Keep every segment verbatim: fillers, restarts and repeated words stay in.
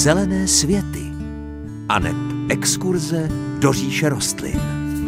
Zelené světy aneb exkurze do říše rostlin.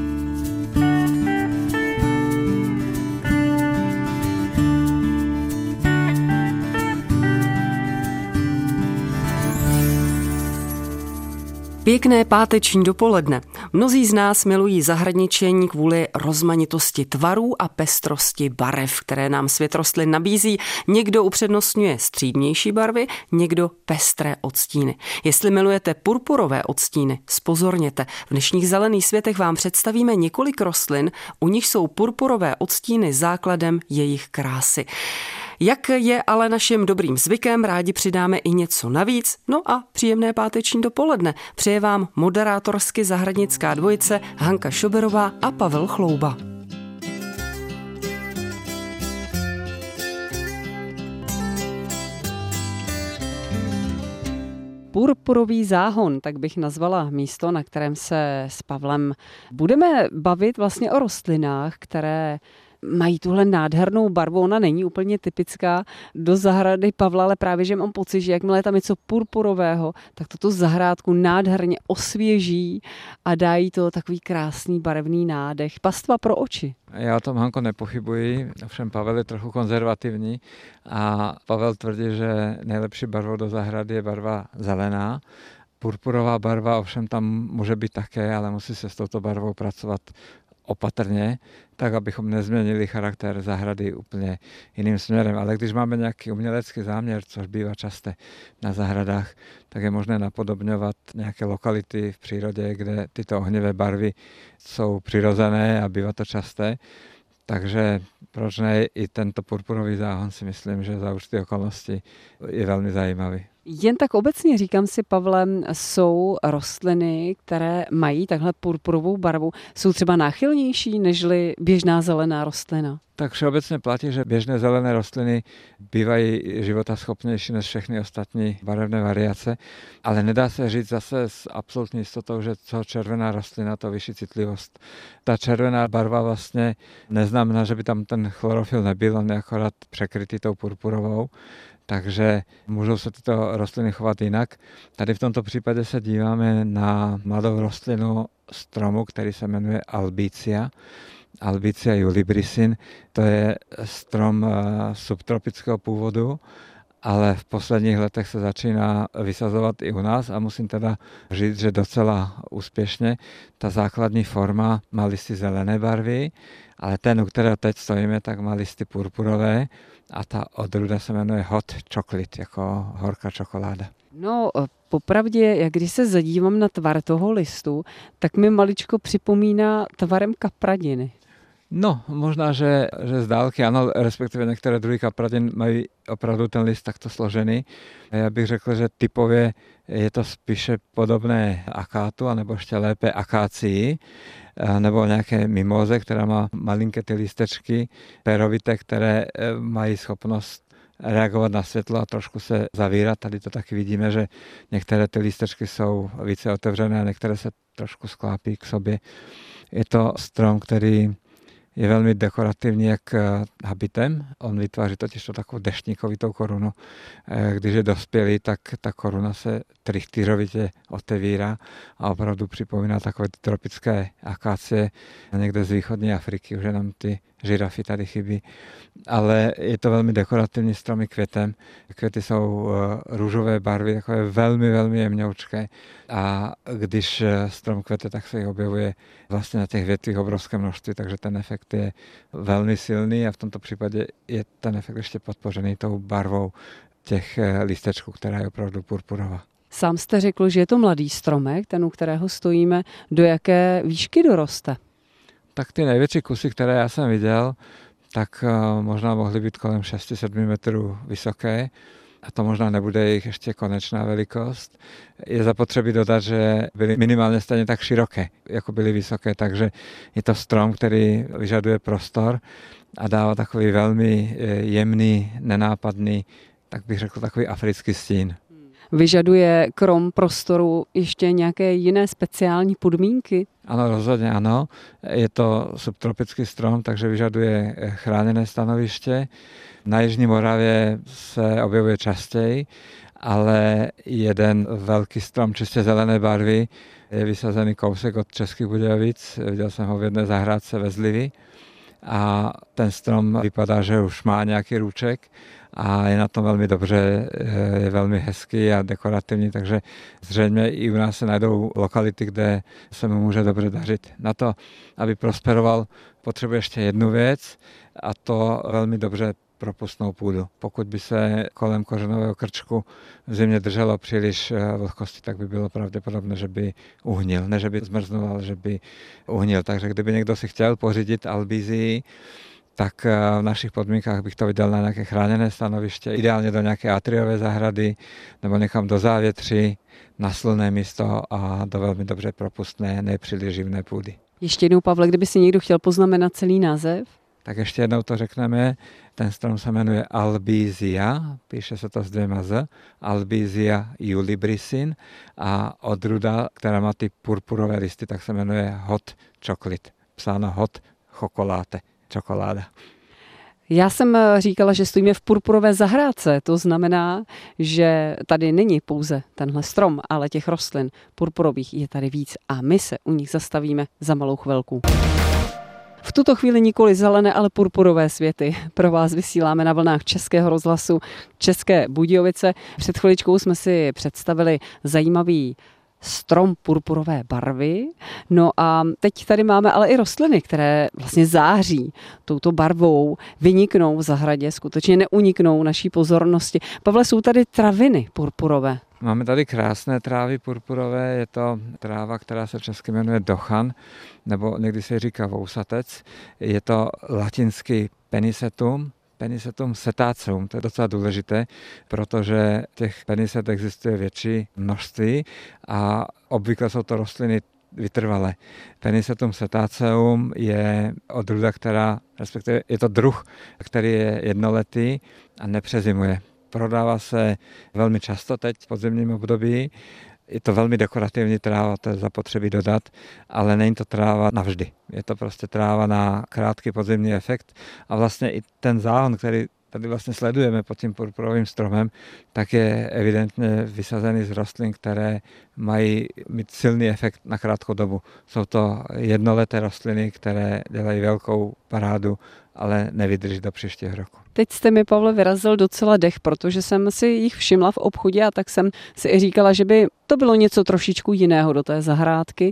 Pěkné páteční dopoledne. Mnozí z nás milují zahradničení kvůli rozmanitosti tvarů a pestrosti barev, které nám svět rostlin nabízí. Někdo upřednostňuje střídnější barvy, někdo pestré odstíny. Jestli milujete purpurové odstíny, zpozorněte. V dnešních zelených světech vám představíme několik rostlin, u nich jsou purpurové odstíny základem jejich krásy. Jak je ale naším dobrým zvykem, rádi přidáme i něco navíc. No a příjemné páteční dopoledne přeje vám moderátorsky zahradnická dvojice Hanka Šoberová a Pavel Chlouba. Purpurový záhon, tak bych nazvala místo, na kterém se s Pavlem budeme bavit vlastně o rostlinách, které mají tuhle nádhernou barvu, ona není úplně typická do zahrady Pavla, ale právě, že mám pocit, že jakmile je tam něco purpurového, tak toto zahrádku nádherně osvěží a dají to takový krásný barevný nádech. Pastva pro oči. Já o tom, Hanko, nepochybuji, ovšem Pavel je trochu konzervativní a Pavel tvrdí, že nejlepší barvou do zahrady je barva zelená. Purpurová barva ovšem tam může být také, ale musí se s touto barvou pracovat opatrně, tak abychom nezměnili charakter zahrady úplně jiným směrem. Ale když máme nějaký umělecký záměr, což bývá časté na zahradách, tak je možné napodobňovat nějaké lokality v přírodě, kde tyto ohnivé barvy jsou přirozené a bývá to časté. Takže proč ne, i tento purpurový záhon si myslím, že za určité okolnosti je velmi zajímavý. Jen tak obecně říkám si, Pavle, jsou rostliny, které mají takhle purpurovou barvu, jsou třeba náchylnější nežli běžná zelená rostlina? Tak všeobecně platí, že běžné zelené rostliny bývají životaschopnější než všechny ostatní barevné variace, ale nedá se říct zase s absolutní jistotou, že co červená rostlina, to vyšší citlivost. Ta červená barva vlastně neznamená, že by tam ten chlorofyl nebyl, on je akorát překrytý tou purpurovou. Takže můžou se tyto rostliny chovat jinak. Tady v tomto případě se díváme na mladou rostlinu stromu, který se jmenuje Albizia. Albizia julibrissin, to je strom subtropického původu, ale v posledních letech se začíná vysazovat i u nás a musím teda říct, že docela úspěšně. Ta základní forma má listy zelené barvy, ale ten, u kterého teď stojíme, tak má listy purpurové a ta odrůda se jmenuje hot chocolate, jako horká čokoláda. No, popravdě, jak když se zadívám na tvar toho listu, tak mi maličko připomíná tvarem kapradiny. No, možná, že, že z dálky, ano, respektive některé druhy kapradin mají opravdu ten list takto složený. Já bych řekl, že typově je to spíše podobné akátu, anebo ještě lépe akácii, nebo nějaké mimoze, která má malinké ty lístečky perovité, které mají schopnost reagovat na světlo a trošku se zavírat. Tady to taky vidíme, že některé ty lístečky jsou více otevřené a některé se trošku sklápí k sobě. Je to strom, který je velmi dekorativní jak habitem. On vytváří totiž to takovou deštníkovitou korunu. Když je dospělý, tak ta koruna se trichtýřovitě otevírá a opravdu připomíná takové tropické akácie někde z východní Afriky. Už jenom ty žirafy tady chybí. Ale je to velmi dekorativní stromy květem. Květy jsou růžové barvy, takové velmi, velmi jemňoučké. A když strom kvete, tak se jich objevuje vlastně na těch větvích obrovské množství, takže ten efekt je velmi silný a v tomto případě je ten efekt ještě podpořený tou barvou těch lístečků, která je opravdu purpurová. Sám jste řekl, že je to mladý stromek, ten, u kterého stojíme. Do jaké výšky doroste? Tak ty největší kusy, které já jsem viděl, tak možná mohly být kolem šest sedm metrů vysoké. A to možná nebude jejich ještě konečná velikost. Je zapotřebí dodat, že byly minimálně stejně tak široké, jako byly vysoké, takže je to strom, který vyžaduje prostor a dává takový velmi jemný, nenápadný, tak bych řekl takový africký stín. Vyžaduje krom prostoru ještě nějaké jiné speciální podmínky? Ano, rozhodně ano. Je to subtropický strom, takže vyžaduje chráněné stanoviště. Na Jižní Moravě se objevuje častěji ale jeden velký strom čistě zelené barvy je vysazený kousek od Českých Budějovic. Viděl jsem ho v jedné zahrádce ve Zlivi a ten strom vypadá, že už má nějaký růček a je na tom velmi dobře, je velmi hezký a dekorativní, takže zřejmě i u nás se najdou lokality, kde se mu může dobře dařit. Na to, aby prosperoval, potřebuje ještě jednu věc a to velmi dobře propustnou půdu. Pokud by se kolem kořenového krčku v zimě drželo příliš vlhkosti, tak by bylo pravděpodobné, že by uhnil. Ne, že by zmrznul, ale že by uhnil. Takže kdyby někdo si chtěl pořídit albízii, tak v našich podmínkách bych to vydal na nějaké chráněné stanoviště, ideálně do nějaké atriové zahrady nebo někam do závětří, na slunné místo a do velmi dobře propustné, nepříliš živné půdy. Ještě jednou, Pavle, kdyby si někdo chtěl poznamenat celý název? Tak ještě jednou to řekneme. Ten strom se jmenuje Albizia, píše se to s dvěma z, Albizia julibrissin a odrůda, která má ty purpurové listy, tak se jmenuje Hot Chocolate. Psáno Hot Chocolate, čokoláda. Já jsem říkala, že stojíme v purpurové zahrádce. To znamená, že tady není pouze tenhle strom, ale těch rostlin purpurových je tady víc a my se u nich zastavíme za malou chvilku. V tuto chvíli nikoli zelené, ale purpurové světy. Pro vás vysíláme na vlnách Českého rozhlasu České Budějovice. Před chviličkou jsme si představili zajímavý strom purpurové barvy. No a teď tady máme ale i rostliny, které vlastně září touto barvou, vyniknou v zahradě, skutečně neuniknou naší pozornosti. Pavle, jsou tady traviny purpurové. Máme tady krásné trávy purpurové, je to tráva, která se česky jmenuje dochan, nebo někdy se říká vousatec. Je to latinský penisetum, Penisetum setaceum, to je docela důležité, protože těch peniset existuje větší množství a obvykle jsou to rostliny vytrvalé. Penisetum setaceum je odrůda, která, respektive je to druh, který je jednoletý a nepřezimuje. Prodává se velmi často teď v podzimním období. Je to velmi dekorativní tráva, to je zapotřebí dodat, ale není to tráva navždy. Je to prostě tráva na krátký podzimní efekt a vlastně i ten záhon, který tady vlastně sledujeme pod tím purpurovým stromem, tak je evidentně vysazený z rostlin, které mají mít silný efekt na krátkou dobu. Jsou to jednoleté rostliny, které dělají velkou parádu, ale nevydrží do příštího roku. Teď jste mi, Pavle, vyrazil docela dech, protože jsem si jich všimla v obchodě a tak jsem si i říkala, že by to bylo něco trošičku jiného do té zahrádky,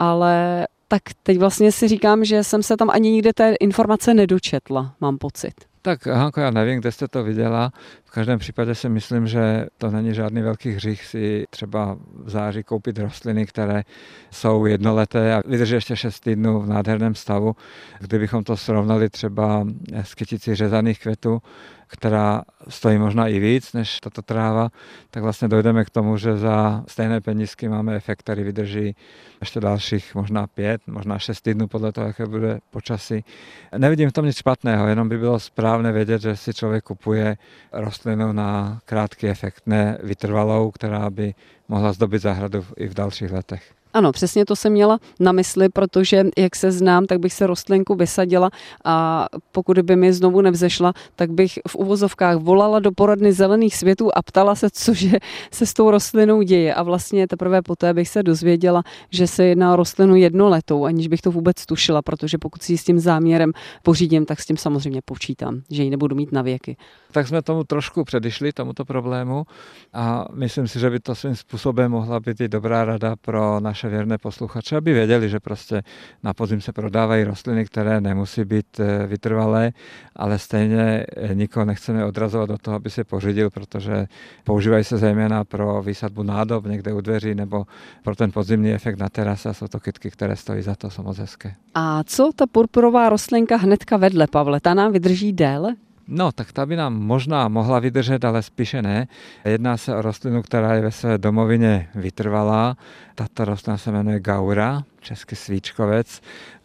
ale tak teď vlastně si říkám, že jsem se tam ani nikde té informace nedočetla, mám pocit. Tak Hanko, já nevím, kde jste to viděla. V každém případě si myslím, že to není žádný velký hřích si třeba v září koupit rostliny, které jsou jednoleté a vydrží ještě šest týdnů v nádherném stavu. Kdybychom to srovnali třeba s kyticí řezaných květů, která stojí možná i víc než tato tráva, tak vlastně dojdeme k tomu, že za stejné penízky máme efekt, který vydrží ještě dalších možná pět, možná šest týdnů podle toho, jaké bude počasí. Nevidím v tom nic špatného, jenom by bylo správné vědět, že si člověk kupuje rostlinu na krátký efekt, ne vytrvalou, která by mohla zdobit zahradu i v dalších letech. Ano, přesně to jsem měla na mysli, protože jak se znám, tak bych se rostlinku vysadila a pokud by mi znovu nevzešla, tak bych v uvozovkách volala do poradny zelených světů a ptala se, cože se s tou rostlinou děje. A vlastně teprve poté bych se dozvěděla, že se jedná o rostlinu jednoletou, aniž bych to vůbec tušila, protože pokud si ji s tím záměrem pořídím, tak s tím samozřejmě počítám, že ji nebudu mít na věky. Tak jsme tomu trošku předešli, tomuto problému a myslím si, že by to svým způsobem mohla být i dobrá rada pro naše věrné posluchače, aby věděli, že prostě na podzim se prodávají rostliny, které nemusí být vytrvalé, ale stejně nikoho nechceme odrazovat do toho, aby se pořídil, protože používají se zejména pro výsadbu nádob někde u dveří nebo pro ten podzimní efekt na terase a jsou to kytky, které stojí za to, jsou moc hezké. A co ta purpurová rostlinka hnedka vedle, Pavle? Ta nám vydrží déle? No, tak ta by nám možná mohla vydržet, ale spíše ne. Jedná se o rostlinu, která je ve své domovině vytrvalá. Tato rostlina se jmenuje gaura, český svíčkovec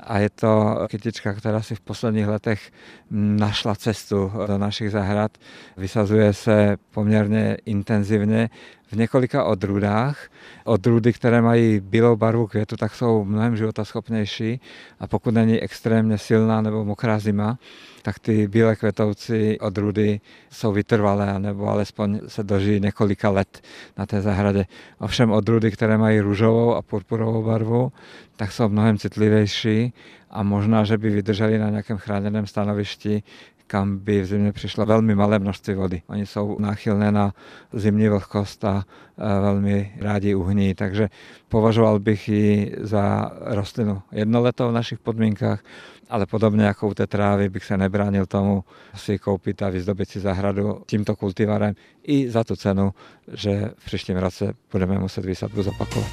a je to kytička, která si v posledních letech našla cestu do našich zahrad. Vysazuje se poměrně intenzivně v několika odrůdách. Odrůdy, které mají bílou barvu květu, tak jsou mnohem životaschopnější a pokud není extrémně silná nebo mokrá zima, tak ty bílé květoucí odrůdy jsou vytrvalé nebo alespoň se dožijí několika let na té zahradě. Ovšem odrůdy, které mají růžovou a purpurovou barvu, tak jsou mnohem citlivější a možná, že by vydrželi na nějakém chráněném stanovišti, kam by v zimě přišlo velmi malé množství vody. Oni jsou náchylné na zimní vlhkost a velmi rádi uhní, takže považoval bych ji za rostlinu jednoletou v našich podmínkách, ale podobně jako u té trávy bych se nebránil tomu si koupit a vyzdobit si zahradu tímto kultivarem i za tu cenu, že v příštím roce budeme muset výsadbu zopakovat.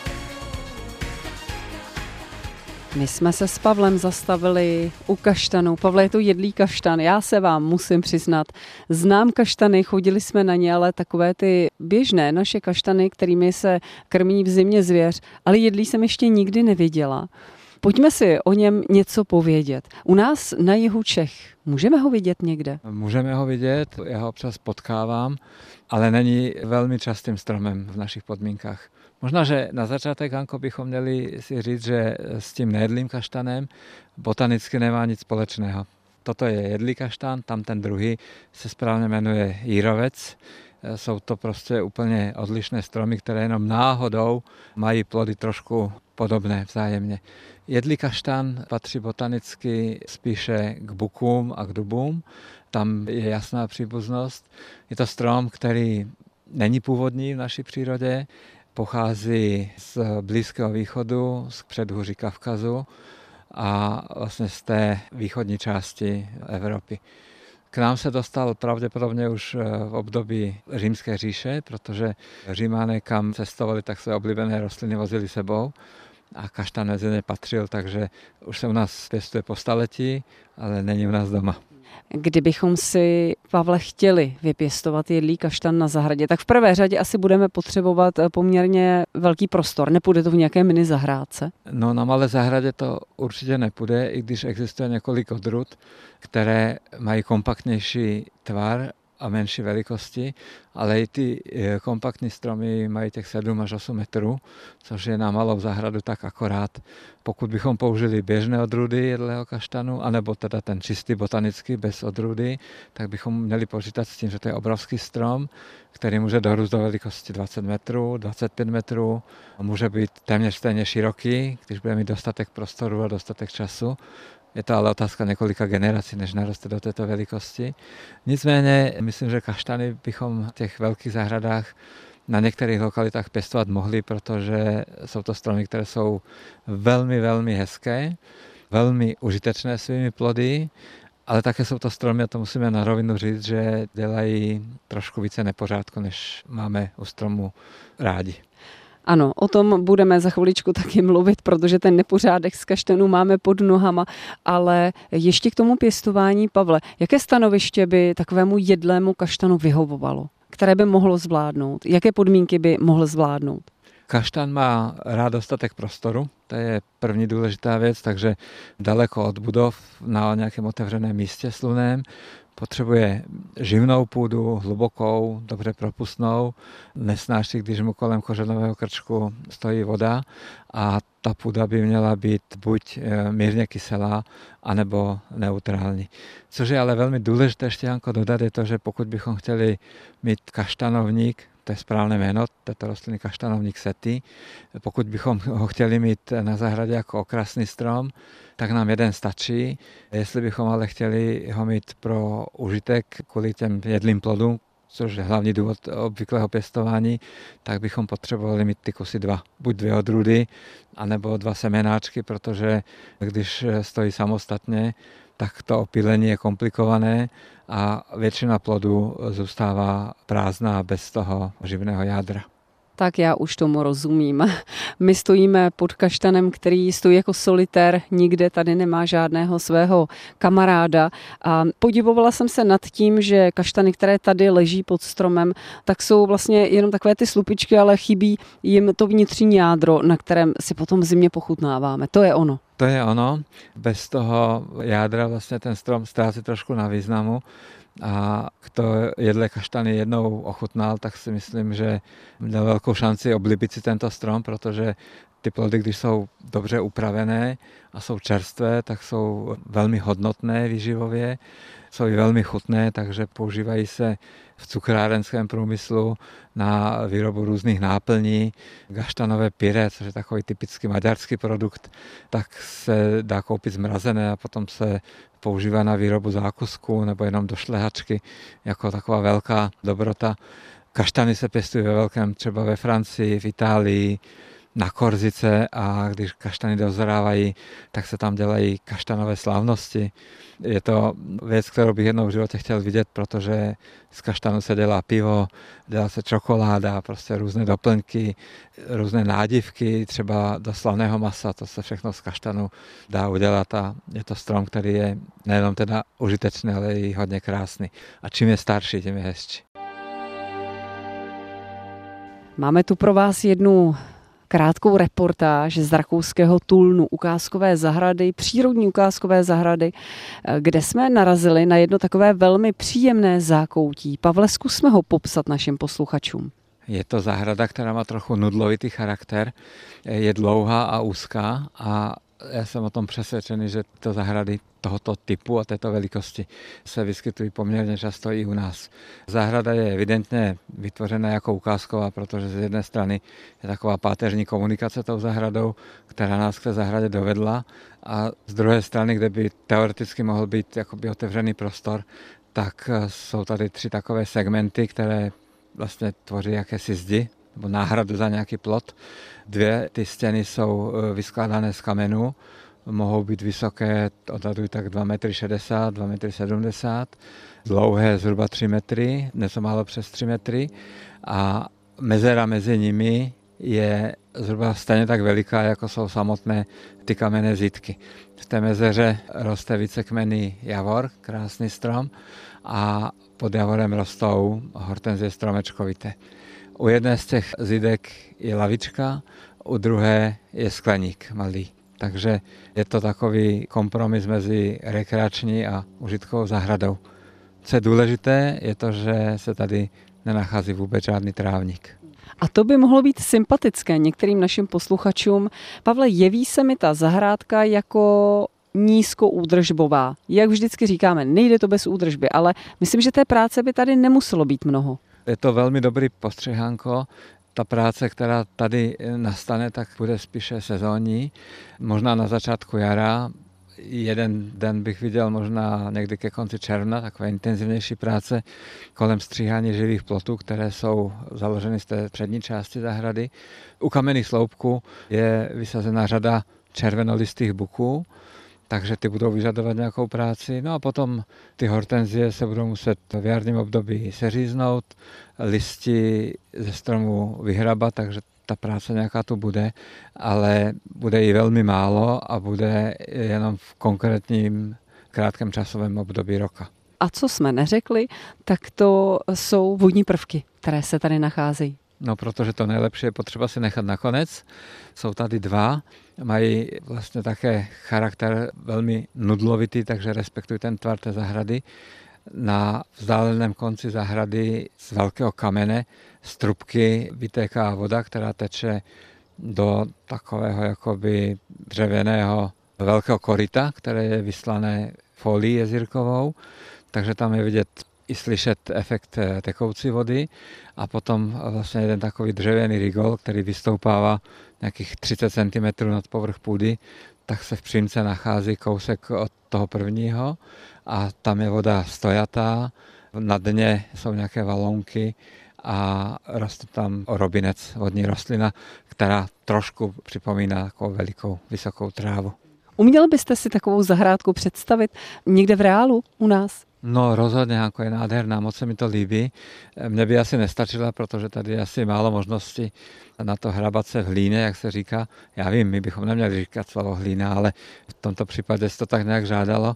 My jsme se s Pavlem zastavili u kaštanů. Pavle, je to jedlý kaštan. Já se vám musím přiznat. Znám kaštany, chodili jsme na ně, ale takové ty běžné naše kaštany, kterými se krmí v zimě zvěř, ale jedlý jsem ještě nikdy neviděla. Pojďme si o něm něco povědět. U nás na jihu Čech můžeme ho vidět někde? Můžeme ho vidět, já ho občas potkávám, ale není velmi častým stromem v našich podmínkách. Možná, že na začátek, Hanko, bychom měli si říct, že s tím nejedlým kaštanem botanicky nemá nic společného. Toto je jedlý kaštan, tam ten druhý se správně jmenuje jírovec. Jsou to prostě úplně odlišné stromy, které jenom náhodou mají plody trošku podobné vzájemně. Jedlý kaštan patří botanicky spíše k bukům a k dubům. Tam je jasná příbuznost. Je to strom, který není původní v naší přírodě, pochází z Blízkého východu, z předhůří Kavkazu a vlastně z té východní části Evropy. K nám se dostal pravděpodobně už v období Římské říše, protože Římané, kam cestovali, tak své oblíbené rostliny vozili sebou a kaštan mezi ně patřil, takže už se u nás pěstuje po staletí, ale není u nás doma. Kdybychom si, Pavle, chtěli vypěstovat jedlý kaštan na zahradě, tak v prvé řadě asi budeme potřebovat poměrně velký prostor. Nepůjde to v nějaké mini zahrádce? No, na malé zahradě to určitě nepůjde, i když existuje několik odrůd, které mají kompaktnější tvar a menší velikosti, ale i ty kompaktní stromy mají těch sedm až osm metrů, což je na malou zahradu tak akorát. Pokud bychom použili běžné odrůdy jedlého kaštanu, anebo teda ten čistý botanický bez odrůdy, tak bychom měli počítat s tím, že to je obrovský strom, který může dorůst do velikosti dvacet metrů, dvacet pět metrů, a může být téměř stejně široký, když bude mít dostatek prostoru a dostatek času. Je to ale otázka několika generací, než naroste do této velikosti. Nicméně myslím, že kaštany bychom v těch velkých zahradách na některých lokalitách pěstovat mohli, protože jsou to stromy, které jsou velmi, velmi hezké, velmi užitečné svými plody, ale také jsou to stromy, a to musíme na rovinu říct, že dělají trošku více nepořádku, než máme u stromu rádi. Ano, o tom budeme za chviličku taky mluvit, protože ten nepořádek z kaštanů máme pod nohama, ale ještě k tomu pěstování, Pavle, jaké stanoviště by takovému jedlému kaštanu vyhovovalo, které by mohlo zvládnout? Jaké podmínky by mohl zvládnout? Kaštan má rád dostatek prostoru, to je první důležitá věc, takže daleko od budov na nějakém otevřeném místě slunném. Potřebuje živnou půdu, hlubokou, dobře propustnou, nesnáší, když mu kolem kořenového krčku stojí voda, a ta půda by měla být buď mírně kyselá, anebo neutrální. Což je ale velmi důležité ještě, Janko, dodat, je to, že pokud bychom chtěli mít kaštanovník, to je správné jméno této rostliny, kaštanovník sety. Pokud bychom ho chtěli mít na zahradě jako okrasný strom, tak nám jeden stačí. Jestli bychom ale chtěli ho mít pro užitek kvůli těm jedlým plodům, což je hlavní důvod obvyklého pěstování, tak bychom potřebovali mít ty kusy dva. Buď dvě odrůdy, anebo dva semenáčky, protože když stojí samostatně, tak to opylení je komplikované a většina plodů zůstává prázdná bez toho živného jádra. Tak já už tomu rozumím. My stojíme pod kaštanem, který stojí jako solitér, nikde tady nemá žádného svého kamaráda. A podivovala jsem se nad tím, že kaštany, které tady leží pod stromem, tak jsou vlastně jenom takové ty slupičky, ale chybí jim to vnitřní jádro, na kterém si potom v zimě pochutnáváme. To je ono. To je ono. Bez toho jádra vlastně ten strom ztrácí trošku na významu. A kto jedle kaštany jednou ochutnal, tak si myslím, že měl velkou šanci oblíbit si tento strom, protože ty plody, když jsou dobře upravené a jsou čerstvé, tak jsou velmi hodnotné výživově, jsou i velmi chutné, takže používají se v cukrárenském průmyslu na výrobu různých náplní. Gaštanové pyré, což je takový typický maďarský produkt, tak se dá koupit zmrazené a potom se používá na výrobu zákusku nebo jenom do šlehačky jako taková velká dobrota. Kaštany se pěstují ve velkém třeba ve Francii, v Itálii, na Korzice a když kaštany dozrávají, tak se tam dělají kaštanové slavnosti. Je to věc, kterou bych jednou v životě chtěl vidět, protože z kaštanu se dělá pivo, dělá se čokoláda, prostě různé doplňky, různé nádivky, třeba do slaného masa, to se všechno z kaštanu dá udělat a je to strom, který je nejenom teda užitečný, ale i hodně krásný. A čím je starší, tím je hezčí. Máme tu pro vás jednu krátkou reportáž z rakouského Tulnu, ukázkové zahrady, přírodní ukázkové zahrady, kde jsme narazili na jedno takové velmi příjemné zákoutí. Pavle, zkusme ho popsat našim posluchačům. Je to zahrada, která má trochu nudlovitý charakter, je dlouhá a úzká a já jsem o tom přesvědčený, že to zahrady tohoto typu a této velikosti se vyskytují poměrně často i u nás. Zahrada je evidentně vytvořena jako ukázková, protože z jedné strany je taková páteřní komunikace tou zahradou, která nás k té zahradě dovedla, a z druhé strany, kde by teoreticky mohl být jakoby otevřený prostor, tak jsou tady tři takové segmenty, které vlastně tvoří jakési zdi nebo náhradu za nějaký plot. Dvě ty stěny jsou vyskládané z kamenů, mohou být vysoké, odhadují tak dva metry šedesát, dva metry sedmdesát, dlouhé zhruba tři metry, něco málo přes tři metry a mezera mezi nimi je zhruba stejně tak veliká, jako jsou samotné ty kamenné zítky. V té mezeře roste vícekmenný javor, krásný strom, a pod javorem rostou hortenzie stromečkovité. U jedné z těch zídek je lavička, u druhé je skleník malý. Takže je to takový kompromis mezi rekreační a užitkovou zahradou. Co je důležité, je to, že se tady nenachází vůbec žádný trávník. A to by mohlo být sympatické některým našim posluchačům. Pavle, jeví se mi ta zahrádka jako nízkoúdržbová. Jak vždycky říkáme, nejde to bez údržby, ale myslím, že té práce by tady nemuselo být mnoho. Je to velmi dobrý postřehánko. Ta práce, která tady nastane, tak bude spíše sezónní. Možná na začátku jara. Jeden den bych viděl možná někdy ke konci června takové intenzivnější práce kolem stříhání živých plotů, které jsou založeny z té přední části zahrady. U kamenných sloupků je vysazena řada červenolistých buků, takže ty budou vyžadovat nějakou práci. No a potom ty hortenzie se budou muset v jarním období seříznout, listi ze stromu vyhrabat, takže ta práce nějaká tu bude, ale bude i velmi málo a bude jenom v konkrétním krátkém časovém období roka. A co jsme neřekli, tak to jsou vodní prvky, které se tady nacházejí. No, protože to nejlepší je potřeba si nechat nakonec. Jsou tady dva, mají vlastně také charakter velmi nudlovitý, takže respektují ten tvar té zahrady. Na vzdáleném konci zahrady z velkého kamene z trubky vytéká voda, která teče do takového jakoby dřevěného velkého koryta, které je vyslané folií jezírkovou, takže tam je vidět i slyšet efekt tekoucí vody a potom vlastně jeden takový dřevěný rigol, který vystoupává nějakých třicet centimetrů nad povrch půdy, tak se v přímce nachází kousek od toho prvního a tam je voda stojatá, na dně jsou nějaké valonky a roste tam orobinec, vodní rostlina, která trošku připomíná takovou velikou, vysokou trávu. Uměl byste si takovou zahrádku představit někde v reálu u nás? No rozhodně, jako je nádherná, moc se mi to líbí. Mně by asi nestačila, protože tady je asi málo možností na to hrabat se v hlíně, jak se říká. Já vím, my bychom neměli říkat slovo hlína, ale v tomto případě se to tak nějak žádalo.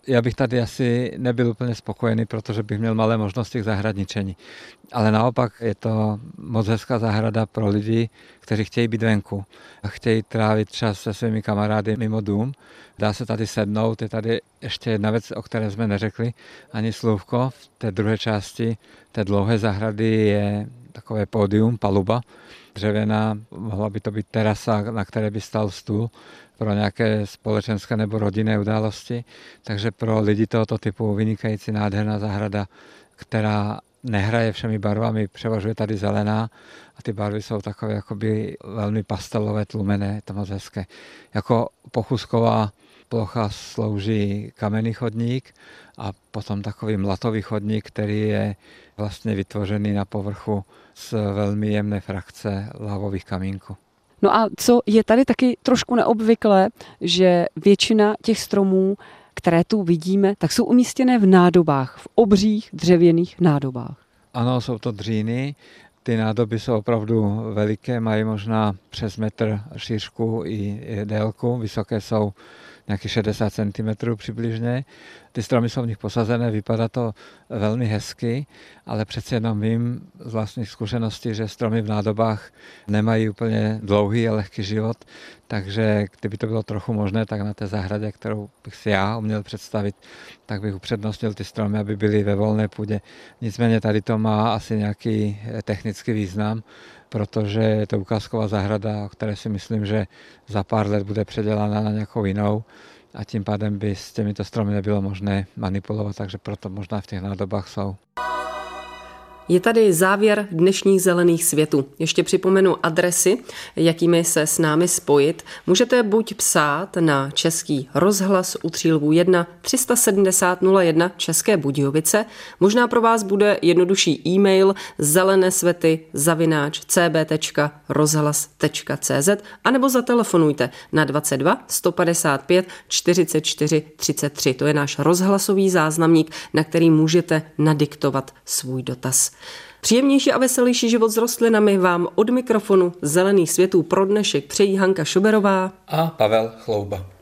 já bych tady asi nebyl úplně spokojený, protože bych měl malé možnosti k zahradničení. Ale naopak je to moc hezká zahrada pro lidi, kteří chtějí být venku a chtějí trávit čas se svými kamarády mimo dům. Dá se tady sednout, je tady ještě jedna věc, o které jsme neřekli ani slůvko. V té druhé části té dlouhé zahrady je takové pódium, paluba dřevěná, mohla by to být terasa, na které by stál stůl pro nějaké společenské nebo rodinné události. Takže pro lidi tohoto typu vynikající nádherná zahrada, která nehraje všemi barvami, převažuje tady zelená a ty barvy jsou takové jakoby velmi pastelové, tlumené, je to moc hezké. Jako pochůzková plocha slouží kamenný chodník a potom takový mlatový chodník, který je vlastně vytvořený na povrchu z velmi jemné frakce lávových kamínků. No a co je tady taky trošku neobvyklé, že většina těch stromů, které tu vidíme, tak jsou umístěné v nádobách, v obřích dřevěných nádobách. Ano, jsou to dříny. Ty nádoby jsou opravdu veliké, mají možná přes metr šířku i délku, vysoké jsou nějakých šedesát centimetrů přibližně. Ty stromy jsou v nich posazené, vypadá to velmi hezky, ale přece jenom vím z vlastních zkušeností, že stromy v nádobách nemají úplně dlouhý a lehký život, takže kdyby to bylo trochu možné, tak na té zahradě, kterou bych si já uměl představit, tak bych upřednostnil ty stromy, aby byly ve volné půdě. Nicméně tady to má asi nějaký technický význam, protože je to ukázková zahrada, o které si myslím, že za pár let bude předělána na nějakou jinou a tím pádem by s těmito stromy nebylo možné manipulovat, takže proto možná v těch nádobách jsou. Je tady závěr dnešních zelených světů. Ještě připomenu adresy, jakými se s námi spojit. Můžete buď psát na Český rozhlas u Třílvů jedna tři sedmdesát nula jedna České Budějovice. Možná pro vás bude jednodušší e-mail zelenesvety zavináč c b tečka rozhlas tečka c z anebo zatelefonujte na dvacet dva sto padesát pět čtyřicet čtyři třicet tři. To je náš rozhlasový záznamník, na který můžete nadiktovat svůj dotaz. Příjemnější a veselější život s rostlinami vám od mikrofonu Zelených světů pro dnešek přejí Hanka Šoberová a Pavel Chlouba.